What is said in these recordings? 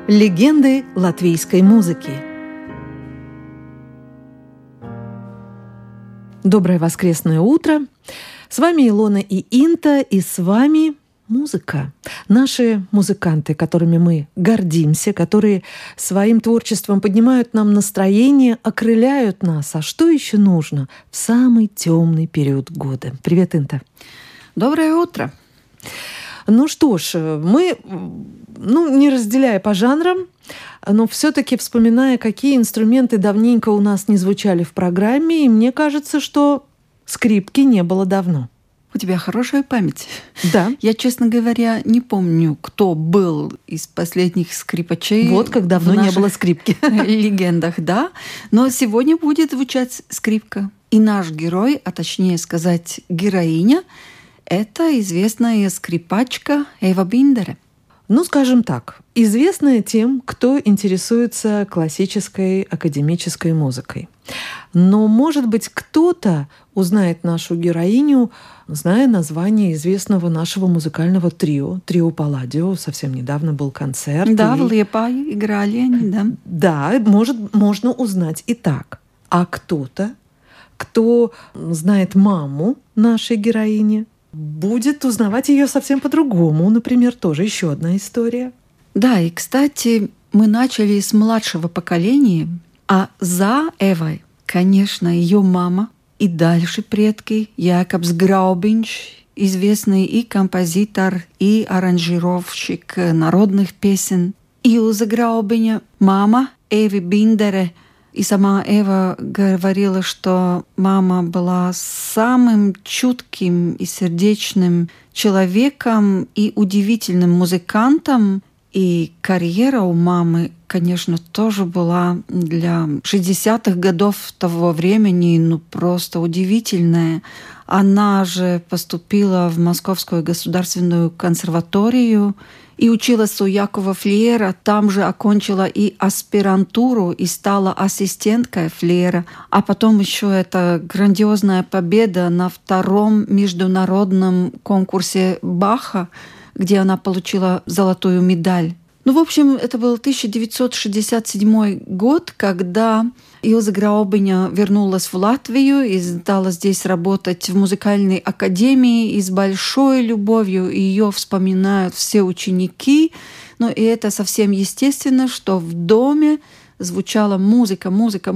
Легенды латвийской музыки. Доброе воскресное утро. С вами Илона и Инта, и с вами музыка. Наши музыканты, которыми мы гордимся, которые своим творчеством поднимают нам настроение, окрыляют нас. А что еще нужно в самый темный период года? Привет, Инта. Доброе утро. Ну что ж, мы, не разделяя по жанрам, но все-таки вспоминая, какие инструменты давненько у нас не звучали в программе, и мне кажется, что скрипки не было давно. У тебя хорошая память. Да. Я, честно говоря, не помню, кто был из последних скрипачей. Вот как давно не было скрипки. Легендах, да. Но сегодня будет звучать скрипка. И наш герой, а точнее сказать, героиня, это известная скрипачка Эва Биндере. Скажем так, известная тем, кто интересуется классической академической музыкой. Но, может быть, кто-то узнает нашу героиню, зная название известного нашего музыкального трио Палладио. Совсем недавно был концерт. Да, в Лиепае играли они, да. Да, можно узнать и так. А кто-то, кто знает маму нашей героини, будет узнавать ее совсем по-другому. Например, тоже еще одна история. Да, и, кстати, мы начали с младшего поколения, а за Эвой, конечно, ее мама и дальше предки Якобс Граубинч, известный и композитор, и аранжировщик народных песен. И у Граубиня мама Эви Биндере. И сама Эва говорила, что мама была самым чутким и сердечным человеком и удивительным музыкантом. И карьера у мамы, конечно, тоже была для 60-х годов того времени просто удивительная. Она же поступила в Московскую государственную консерваторию и училась у Якова Флеера, там же окончила и аспирантуру, и стала ассистенткой Флеера. А потом еще это грандиозная победа на втором международном конкурсе Баха, где она получила золотую медаль. В общем, это был 1967 год, когда Илза Граубиня вернулась в Латвию и стала здесь работать в музыкальной академии, и с большой любовью ее вспоминают все ученики. И это совсем естественно, что в доме звучала музыка.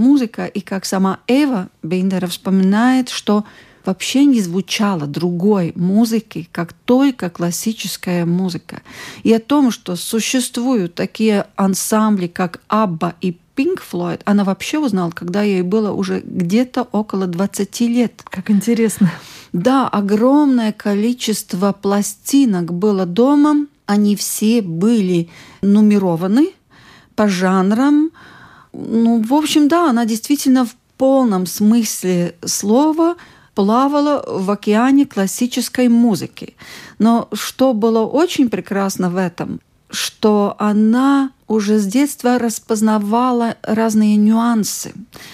И как сама Эва Биндере вспоминает, что вообще не звучало другой музыки, как только классическая музыка. И о том, что существуют такие ансамбли, как Абба и Pink Floyd, она вообще узнала, когда ей было уже где-то около 20 лет. Как интересно. Да, огромное количество пластинок было дома. Они все были нумерованы по жанрам. В общем, да, она действительно в полном смысле слова плавала в океане классической музыки. Но что было очень прекрасно в этом, что она уже с детства распознавала разные нюансы,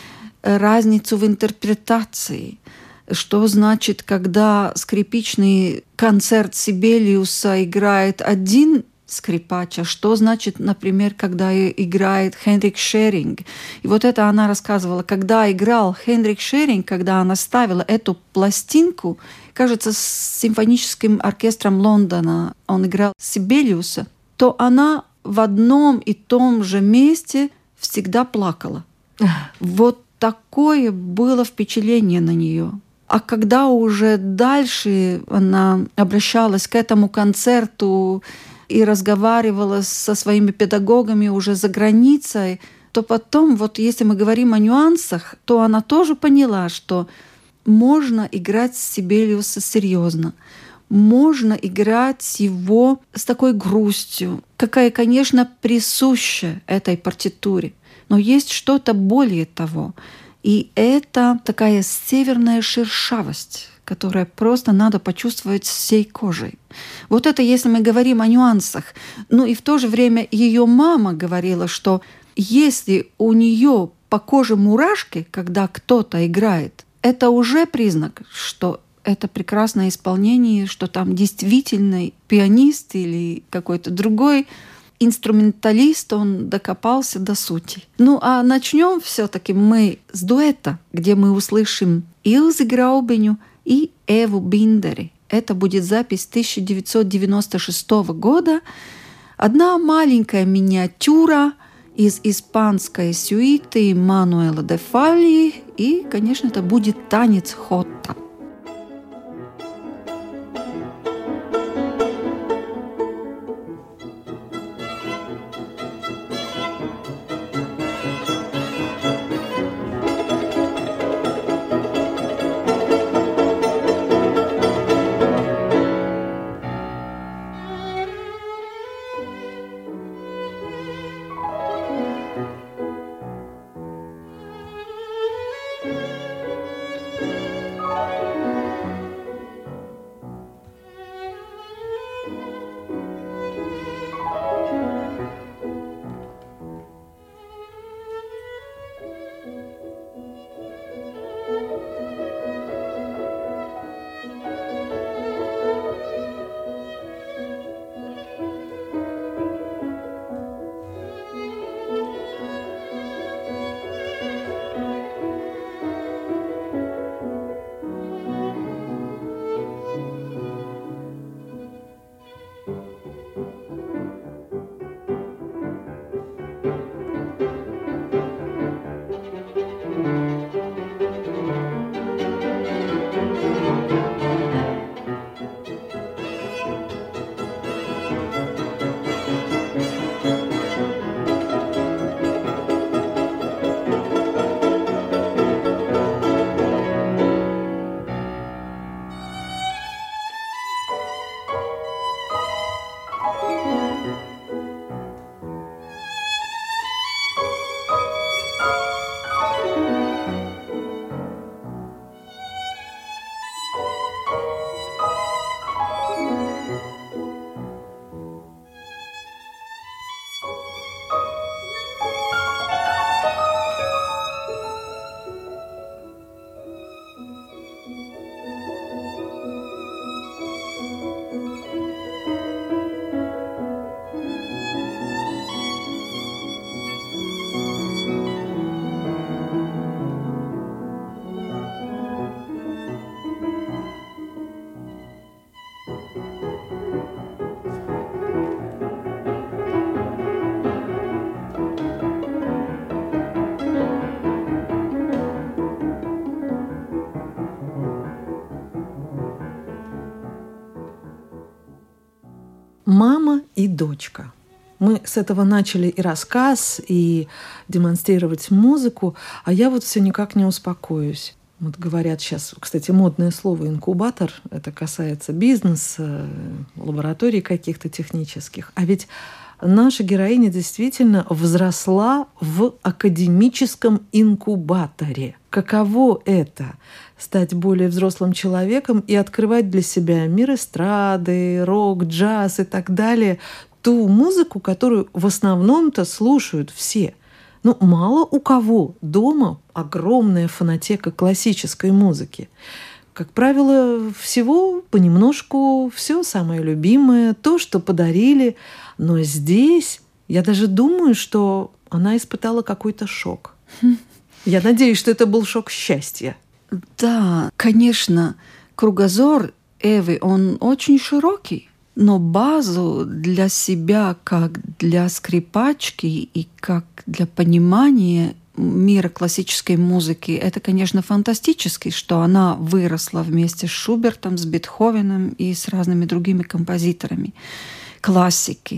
разницу в интерпретации. Что значит, когда скрипичный концерт Сибелиуса играет один скрипач, а что значит, например, когда играет Хенрик Шеринг. И вот это она рассказывала. Когда играл Хенрик Шеринг, когда она ставила эту пластинку, кажется, с симфоническим оркестром Лондона, он играл Сибелиуса, то она в одном и том же месте всегда плакала. Вот такое было впечатление на нее. А когда уже дальше она обращалась к этому концерту и разговаривала со своими педагогами уже за границей, то потом, если мы говорим о нюансах, то она тоже поняла, что можно играть Сибелиуса серьезно, можно играть его с такой грустью, какая, конечно, присуща этой партитуре. Но есть что-то более того. И это такая северная шершавость, которое просто надо почувствовать всей кожей. Вот это если мы говорим о нюансах. И в то же время ее мама говорила, что если у нее по коже мурашки, когда кто-то играет, это уже признак, что это прекрасное исполнение, что там действительно пианист или какой-то другой. инструменталист, он докопался до сути. Ну, а начнем все-таки мы с дуэта, где мы услышим Илзи Граубеню и Эву Биндери. Это будет запись 1996 года. Одна маленькая миниатюра из испанской сюиты Мануэла де Фальи. И, конечно, это будет танец Хотта. Мама и дочка. Мы с этого начали и рассказ, и демонстрировать музыку, а я вот все никак не успокоюсь. Вот говорят сейчас, кстати, модное слово «инкубатор». Это касается бизнеса, лабораторий каких-то технических. А ведь наша героиня действительно взросла в академическом инкубаторе. Каково это — стать более взрослым человеком и открывать для себя мир эстрады, рок, джаз и так далее, ту музыку, которую в основном-то слушают все. Ну, мало у кого дома огромная фонотека классической музыки. Как правило, всего понемножку, все самое любимое, то, что подарили. Но здесь я даже думаю, что она испытала какой-то шок. Я надеюсь, что это был шок счастья. Да, конечно, кругозор Эвы, он очень широкий. Но базу для себя, как для скрипачки и как для понимания мира классической музыки, это, конечно, фантастически, что она выросла вместе с Шубертом, с Бетховеном и с разными другими композиторами классики.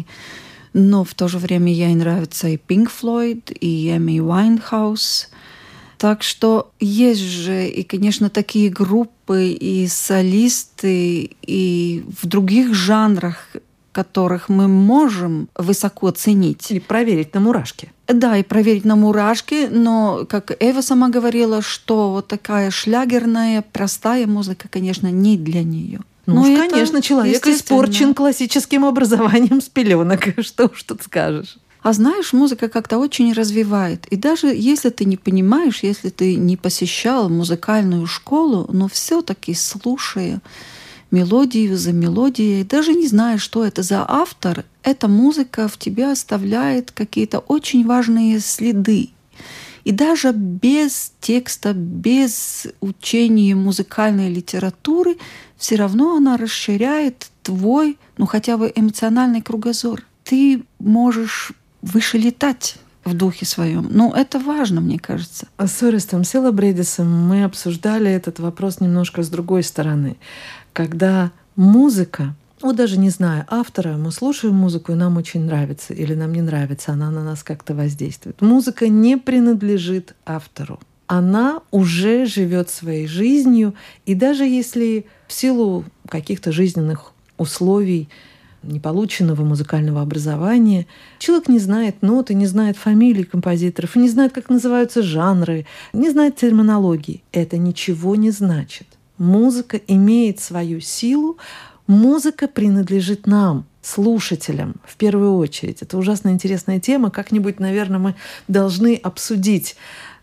Но в то же время ей нравятся и Pink Floyd, и Эми Уайнхаус. Так что есть же и, конечно, такие группы и солисты, и в других жанрах, которых мы можем высоко ценить. Или проверить на мурашки. Да, и проверить на мурашки, но, как Эва сама говорила, что вот такая шлягерная, простая музыка, конечно, не для нее. Ну уж, конечно, человек испорчен классическим образованием с пеленок. Что уж тут скажешь. А знаешь, музыка как-то очень развивает. И даже если ты не понимаешь, если ты не посещал музыкальную школу, но все-таки слушая мелодию за мелодией, даже не зная, что это за автор, эта музыка в тебе оставляет какие-то очень важные следы. И даже без текста, без учения музыкальной литературы, все равно она расширяет твой, хотя бы эмоциональный кругозор. Ты можешь выше летать в духе своем. Это важно, мне кажется. С Орестом Силабридисом мы обсуждали этот вопрос немножко с другой стороны. Когда музыка, даже не зная автора, мы слушаем музыку, и нам очень нравится, или нам не нравится, она на нас как-то воздействует. Музыка не принадлежит автору. Она уже живет своей жизнью, и даже если в силу каких-то жизненных условий, неполученного музыкального образования, человек не знает ноты, не знает фамилий композиторов, не знает, как называются жанры, не знает терминологии. Это ничего не значит. Музыка имеет свою силу, музыка принадлежит нам, слушателям, в первую очередь. Это ужасно интересная тема. Как-нибудь, наверное, мы должны обсудить,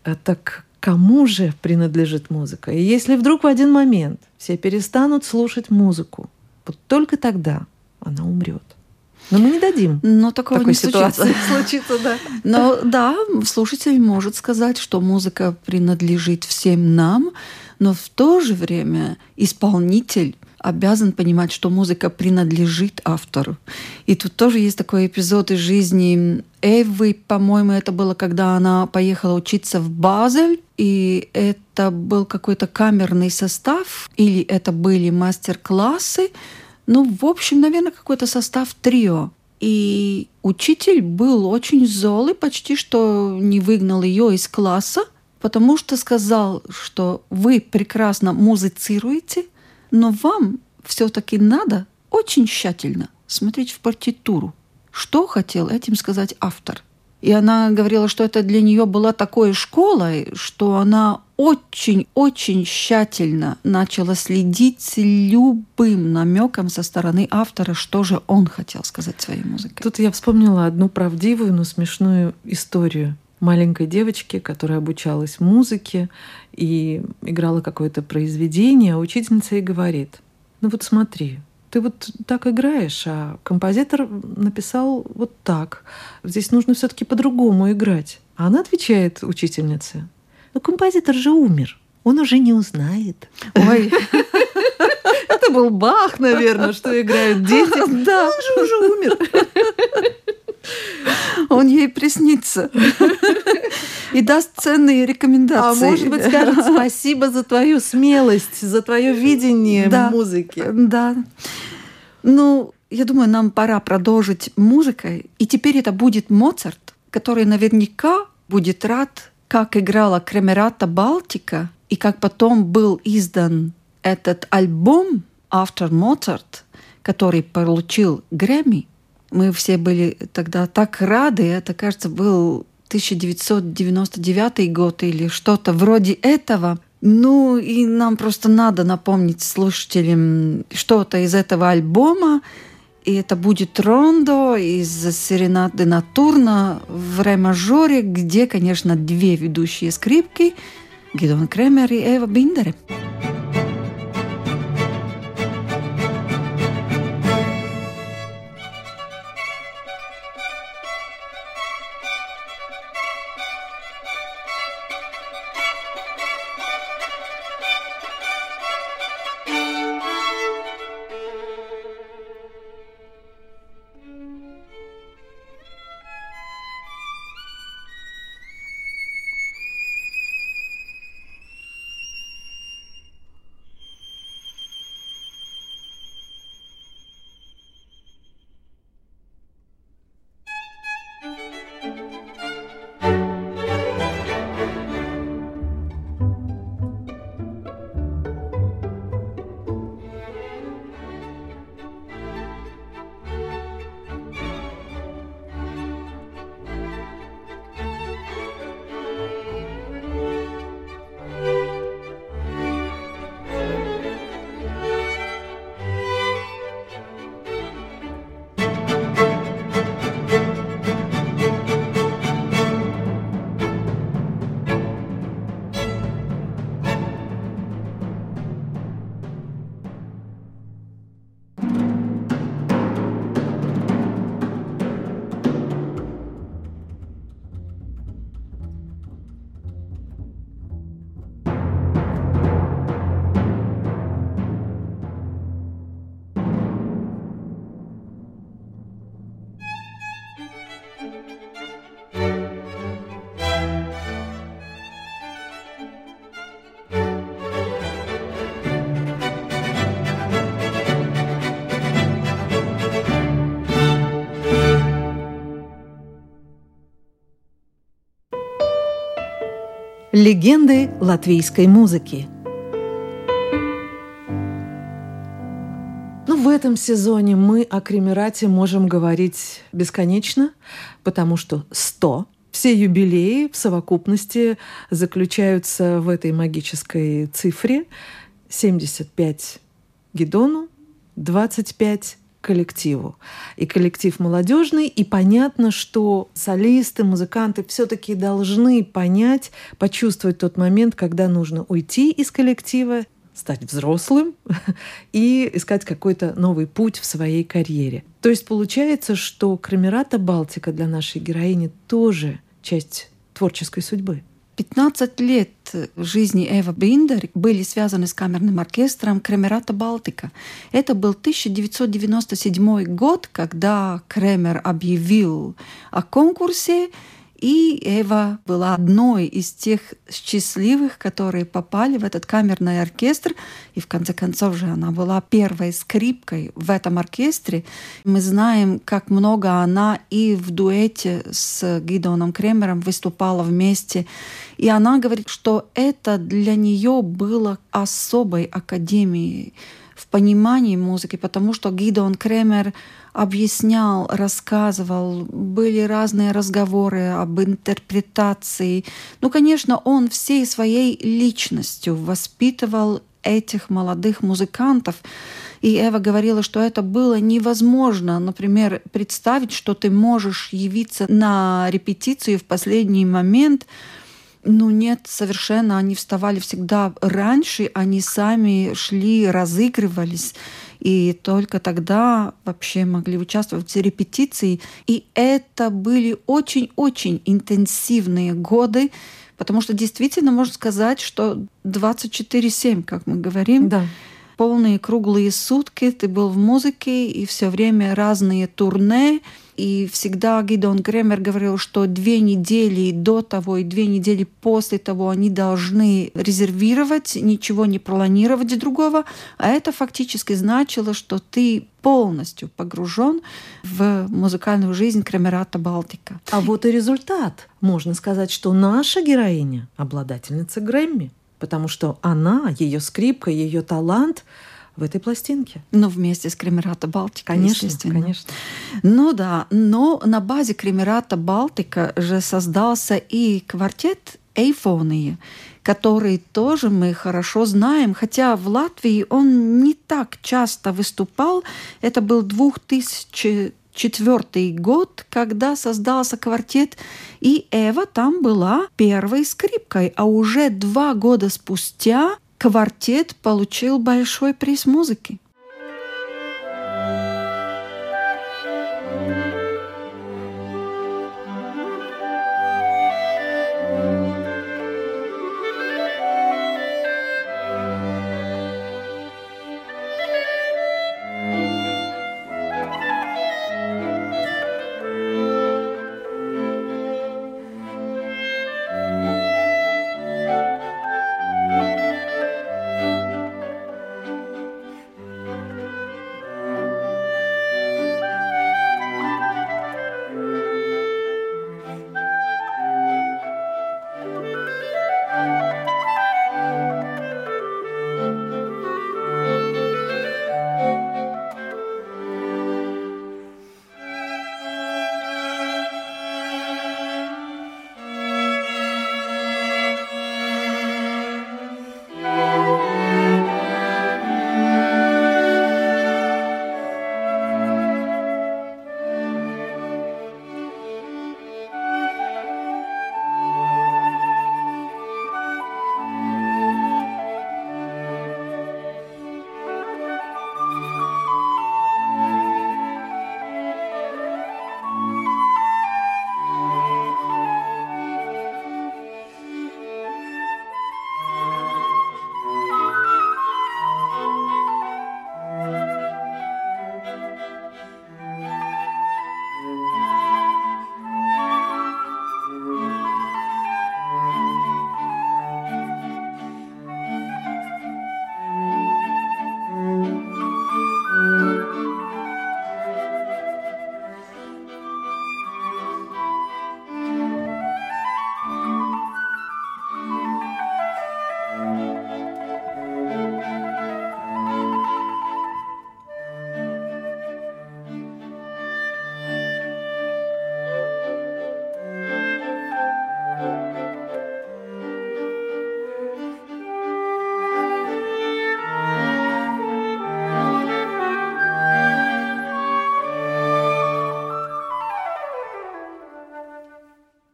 так кому же принадлежит музыка. И если вдруг в один момент все перестанут слушать музыку, вот только тогда она умрет. Но мы не дадим такого такой не ситуации случиться. Да. Но да, слушатель может сказать, что музыка принадлежит всем нам, но в то же время исполнитель обязан понимать, что музыка принадлежит автору. И тут тоже есть такой эпизод из жизни Эвы, по-моему, это было, когда она поехала учиться в Базель, и это был какой-то камерный состав, или это были мастер-классы, в общем, наверное, какой-то состав трио. И учитель был очень злой, почти что не выгнал ее из класса, потому что сказал, что вы прекрасно музицируете, но вам все-таки надо очень тщательно смотреть в партитуру, что хотел этим сказать автор. И она говорила, что это для нее была такой школой, что она очень-очень тщательно начала следить с любым намеком со стороны автора, что же он хотел сказать своей музыкой. Тут я вспомнила одну правдивую, но смешную историю маленькой девочки, которая обучалась музыке и играла какое-то произведение, а учительница ей говорит: смотри, ты вот так играешь, а композитор написал вот так. Здесь нужно все-таки по-другому играть. А она отвечает учительнице: композитор же умер, он уже не узнает. Ой, это был Бах, наверное, что играют дети. Да, он же уже умер. Он ей приснится и даст ценные рекомендации. А может быть, скажет спасибо за твою смелость, за твое видение музыки. Да. Я думаю, нам пора продолжить музыкой. И теперь это будет Моцарт, который наверняка будет рад, как играла Кремерата Балтика, и как потом был издан этот альбом «After Mozart», который получил Грэмми. Мы все были тогда так рады. Это, кажется, был 1999 год или что-то вроде этого. И нам просто надо напомнить слушателям что-то из этого альбома. И это будет рондо из «Серенады Натурна» в ре-мажоре, где, конечно, две ведущие скрипки — Гидеон Кремер и Эва Биндере. Легенды латвийской музыки. В этом сезоне мы о Кремерате можем говорить бесконечно, потому что 100. Все юбилеи в совокупности заключаются в этой магической цифре. 75 Гидону, 25 коллективу. И коллектив молодежный, и понятно, что солисты, музыканты все-таки должны понять, почувствовать тот момент, когда нужно уйти из коллектива, стать взрослым и искать какой-то новый путь в своей карьере. То есть получается, что Кремерата Балтика для нашей героини тоже часть творческой судьбы. 15 лет жизни Эва Биндер были связаны с камерным оркестром Кремерата Балтика. Это был 1997 год, когда Кремер объявил о конкурсе, и Эва была одной из тех счастливых, которые попали в этот камерный оркестр. И в конце концов же она была первой скрипкой в этом оркестре. Мы знаем, как много она и в дуэте с Гидоном Кремером выступала вместе. И она говорит, что это для нее было особой академией в понимании музыки, потому что Гидон Кремер объяснял, рассказывал, были разные разговоры об интерпретации. Конечно, он всей своей личностью воспитывал этих молодых музыкантов. И Эва говорила, что это было невозможно, например, представить, что ты можешь явиться на репетицию в последний момент. Нет, совершенно. Они вставали всегда раньше, они сами шли, разыгрывались. И только тогда вообще могли участвовать в репетиции. И это были очень-очень интенсивные годы, потому что действительно можно сказать, что 24/7, как мы говорим, да. Полные круглые сутки ты был в музыке, и все время разные турне. И всегда Гидон Кремер говорил, что 2 недели до того и 2 недели после того они должны резервировать, ничего не планировать другого. А это фактически значило, что ты полностью погружен в музыкальную жизнь Кремерата Балтика. А вот и результат. Можно сказать, что наша героиня – обладательница Грэмми. Потому что она, ее скрипка, ее талант в этой пластинке. Вместе с Кремерата Балтика, конечно, естественно. Конечно. Да, но на базе Кремерата Балтика же создался и квартет «Эйфония», который тоже мы хорошо знаем, хотя в Латвии он не так часто выступал. Это был 2004 год, когда создался квартет, и Эва там была первой скрипкой, а уже 2 года спустя квартет получил большой приз музыки.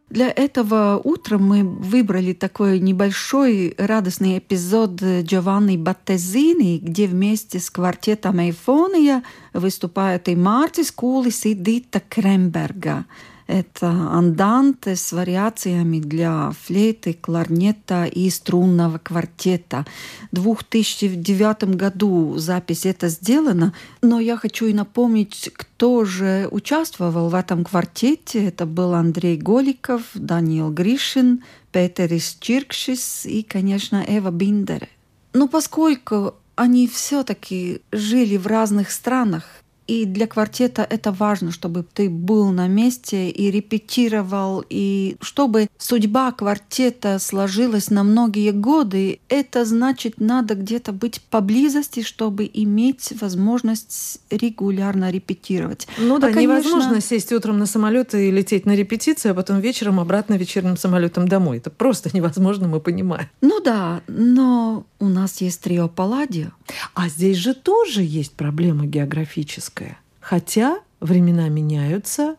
Для этого утра мы выбрали такой небольшой радостный эпизод Джованни Баттезини, где вместе с квартетом «Эйфония» выступают и Мартис Кулис, и Дита Кремберга. Это анданте с вариациями для флейты, кларнета и струнного квартета. В 2009 году запись эта сделана, но я хочу и напомнить, кто же участвовал в этом квартете. Это был Андрей Голиков, Даниил Гришин, Петерис Чиркшис и, конечно, Эва Биндере. Но поскольку они все-таки жили в разных странах, и для квартета это важно, чтобы ты был на месте и репетировал, и чтобы судьба квартета сложилась на многие годы. Это значит, надо где-то быть поблизости, чтобы иметь возможность регулярно репетировать. Ну да, конечно, невозможно сесть утром на самолет и лететь на репетицию, а потом вечером обратно вечерним самолетом домой. Это просто невозможно, мы понимаем. Ну да, но у нас есть трио Палладио. А здесь же тоже есть проблема географическая. Хотя времена меняются,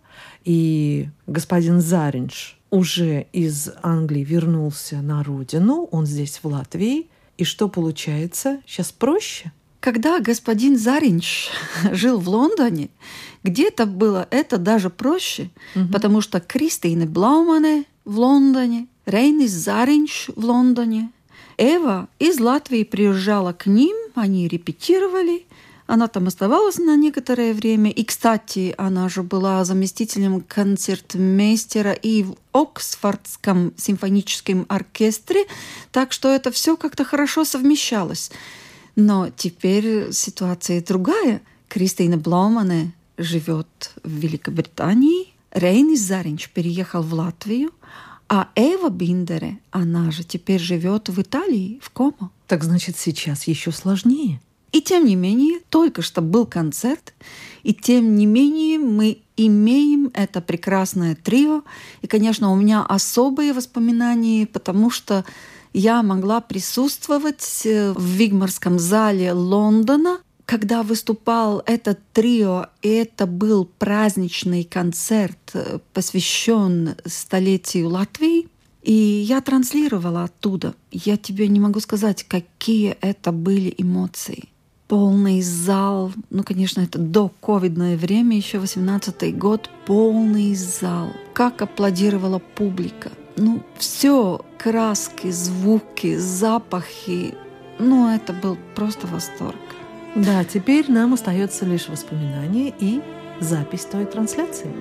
и господин Заринч уже из Англии вернулся на родину, он здесь в Латвии. И что получается? Сейчас проще? Когда господин Заринч жил в Лондоне, где-то было это даже проще, потому что Кристина Блаумане в Лондоне, Рейнис Заринч в Лондоне. Эва из Латвии приезжала к ним, они репетировали, она там оставалась на некоторое время. И, кстати, она же была заместителем концертмейстера и в Оксфордском симфоническом оркестре, так что это все как-то хорошо совмещалось. Но теперь ситуация другая. Кристина Блаумане живет в Великобритании, Рейнис Заринч переехал в Латвию, а Эва Биндере, она же теперь живет в Италии, в Комо. Так значит, сейчас еще сложнее. И тем не менее, только что был концерт, и тем не менее мы имеем это прекрасное трио. И, конечно, у меня особые воспоминания, потому что я могла присутствовать в Вигмарском зале Лондона, когда выступал этот трио, и это был праздничный концерт, посвящен столетию Латвии. И я транслировала оттуда. Я тебе не могу сказать, какие это были эмоции. Полный зал, ну, конечно, это до ковидное время, еще 18-й год, полный зал. Как аплодировала публика. Ну, все, краски, звуки, запахи. Ну, это был просто восторг. Да, теперь нам остается лишь воспоминание и запись той трансляции.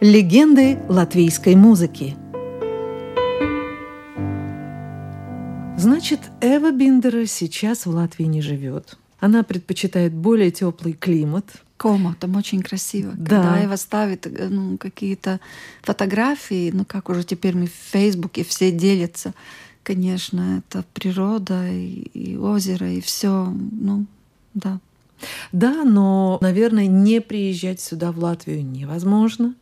Легенды латвийской музыки. Значит, Эва Биндера сейчас в Латвии не живет. Она предпочитает более теплый климат. Комо, там очень красиво. Да. Когда Эва ставит какие-то фотографии, как уже теперь мы в Фейсбуке все делятся, конечно, это природа и озеро, и все, да. Да, но, наверное, не приезжать сюда, в Латвию, невозможно.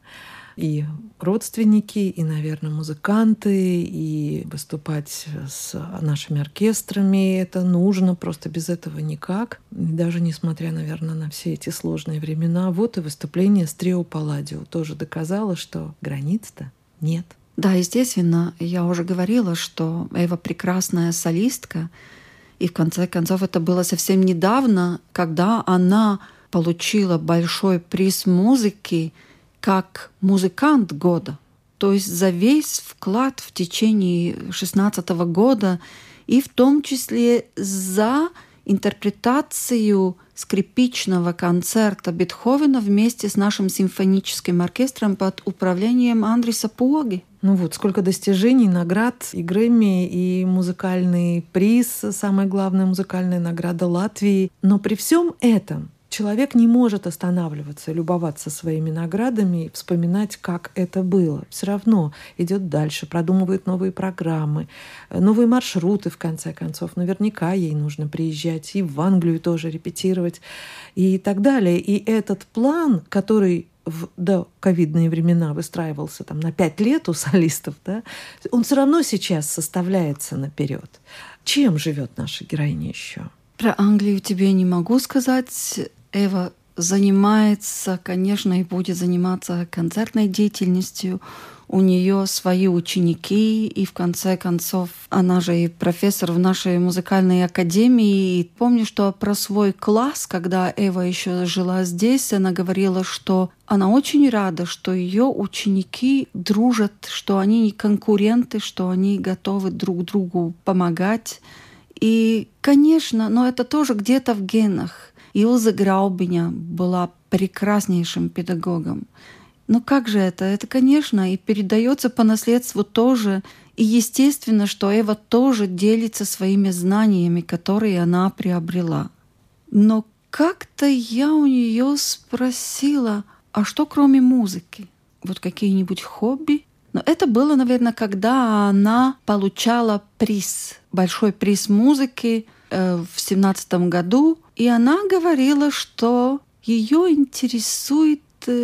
И родственники, и, наверное, музыканты, и выступать с нашими оркестрами это нужно, просто без этого никак. Даже несмотря, наверное, на все эти сложные времена. Вот и выступление с трио Палладио тоже доказало, что границ-то нет. Да, естественно, я уже говорила, что Эва прекрасная солистка, и в конце концов это было совсем недавно, когда она получила большой приз музыки как музыкант года. То есть за весь вклад в течение 2016 года и в том числе за интерпретацию скрипичного концерта Бетховена вместе с нашим симфоническим оркестром под управлением Андриса Поги. Вот сколько достижений, наград, и Грэмми, и музыкальный приз, самая главная музыкальная награда Латвии. Но при всем этом человек не может останавливаться, любоваться своими наградами и вспоминать, как это было. Все равно идет дальше, продумывает новые программы, новые маршруты, в конце концов. Наверняка ей нужно приезжать и в Англию тоже репетировать и так далее. И этот план, который в доковидные времена выстраивался на 5 лет у солистов, да, он все равно сейчас составляется наперед. Чем живет наша героиня еще? Про Англию тебе не могу сказать. Эва занимается, конечно, и будет заниматься концертной деятельностью. У нее свои ученики, и в конце концов она же и профессор в нашей музыкальной академии. И помню, что про свой класс, когда Эва еще жила здесь, она говорила, что она очень рада, что ее ученики дружат, что они не конкуренты, что они готовы друг другу помогать. И, конечно, но это тоже где-то в генах. Илза Граубиня была прекраснейшим педагогом. Но как же это? Это, конечно, и передается по наследству тоже. И естественно, что Эва тоже делится своими знаниями, которые она приобрела. Но как-то я у нее спросила, а что кроме музыки? Вот какие-нибудь хобби? Но это было, наверное, когда она получала приз, большой приз музыки в 2017 году. И она говорила, что ее интересует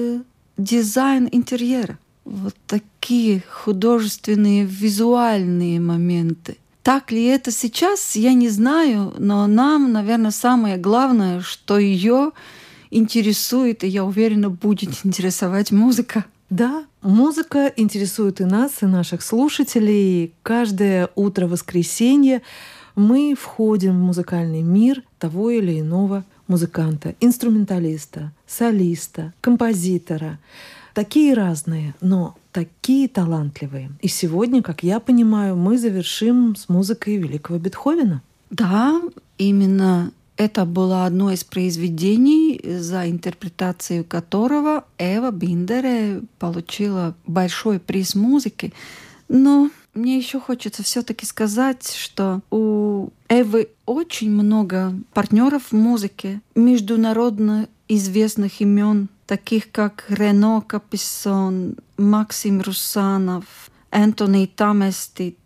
дизайн интерьера. Вот такие художественные, визуальные моменты. Так ли это сейчас, я не знаю, но нам, наверное, самое главное, что ее интересует, и я уверена, будет интересовать музыка. Да, музыка интересует и нас, и наших слушателей. Каждое утро воскресенья мы входим в музыкальный мир того или иного музыканта, инструменталиста, солиста, композитора. Такие разные, но такие талантливые. И сегодня, как я понимаю, мы завершим с музыкой великого Бетховена. Да, именно это было одно из произведений, за интерпретацию которого Эва Биндера получила большой приз музыки. Но мне еще хочется все-таки сказать, что у Эвы очень много партнеров в музыке, международно известных имен, таких как Рено Каписон, Максим Русанов, Антони Таместит,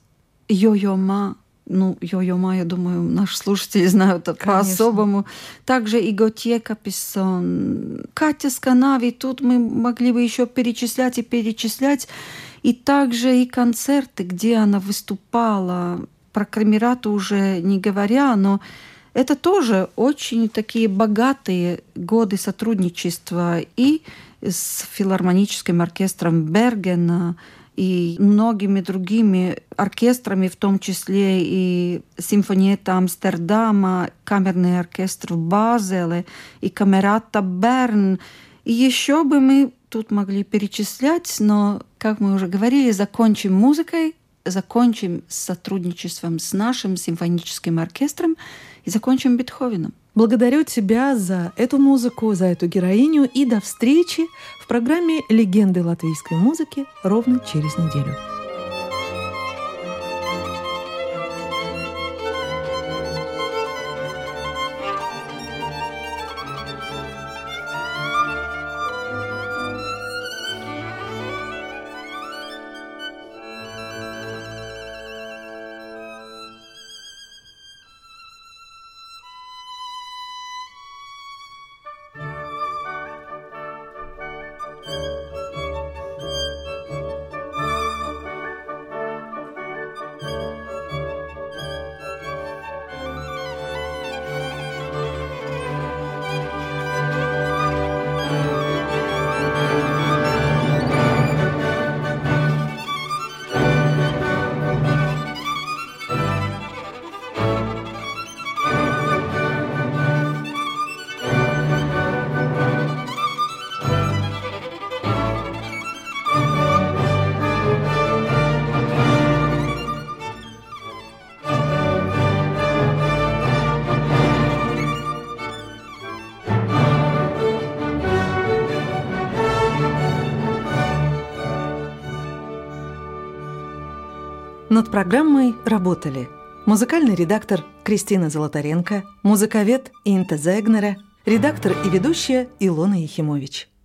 Йо-Йо Ма. Йо-Йо Ма, я думаю, наши слушатели знают это по-особому. Также и Готье Каписон, Катя Сканави. Тут мы могли бы еще перечислять и перечислять. И также и концерты, где она выступала. Про Крамерату уже не говоря, но это тоже очень такие богатые годы сотрудничества и с филармоническим оркестром Бергена, и многими другими оркестрами, в том числе и Симфониета Амстердама, камерный оркестр в Базеле и Камерата Берн. И еще бы мы тут могли перечислять, но, как мы уже говорили, закончим музыкой, закончим с сотрудничеством с нашим симфоническим оркестром и закончим Бетховеном. Благодарю тебя за эту музыку, за эту героиню, и до встречи в программе «Легенды латвийской музыки» ровно через неделю. Над программой работали музыкальный редактор Кристина Золотаренко, музыковед Инта Зегнера, редактор и ведущая Илона Ехимович.